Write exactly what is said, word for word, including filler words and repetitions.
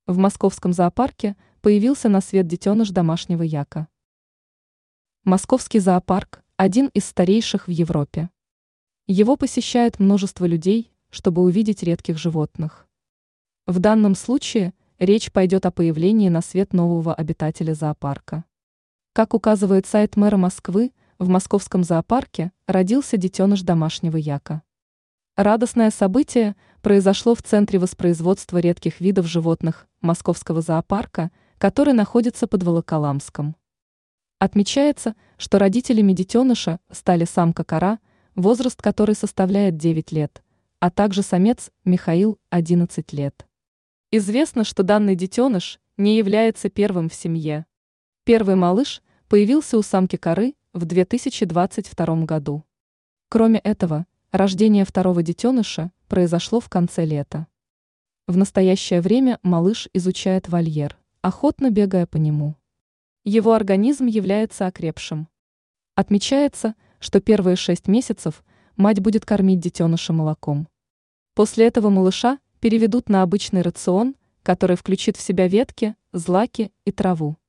В московском зоопарке появился на свет детеныш домашнего яка. Московский зоопарк – один из старейших в Европе. Его посещает множество людей, чтобы увидеть редких животных. В данном случае речь пойдет о появлении на свет нового обитателя зоопарка. Как указывает сайт мэра Москвы, в московском зоопарке родился детеныш домашнего яка. Радостное событие произошло в Центре воспроизводства редких видов животных Московского зоопарка, который находится под Волоколамском. Отмечается, что родителями детеныша стали самка Кара, возраст которой составляет девять лет, а также самец Михаил одиннадцать лет. Известно, что данный детеныш не является первым в семье. Первый малыш появился у самки Кары в две тысячи двадцать втором году. Кроме этого, рождение второго детеныша произошло в конце лета. В настоящее время малыш изучает вольер, охотно бегая по нему. Его организм является окрепшим. Отмечается, что первые шесть месяцев мать будет кормить детеныша молоком. После этого малыша переведут на обычный рацион, который включит в себя ветки, злаки и траву.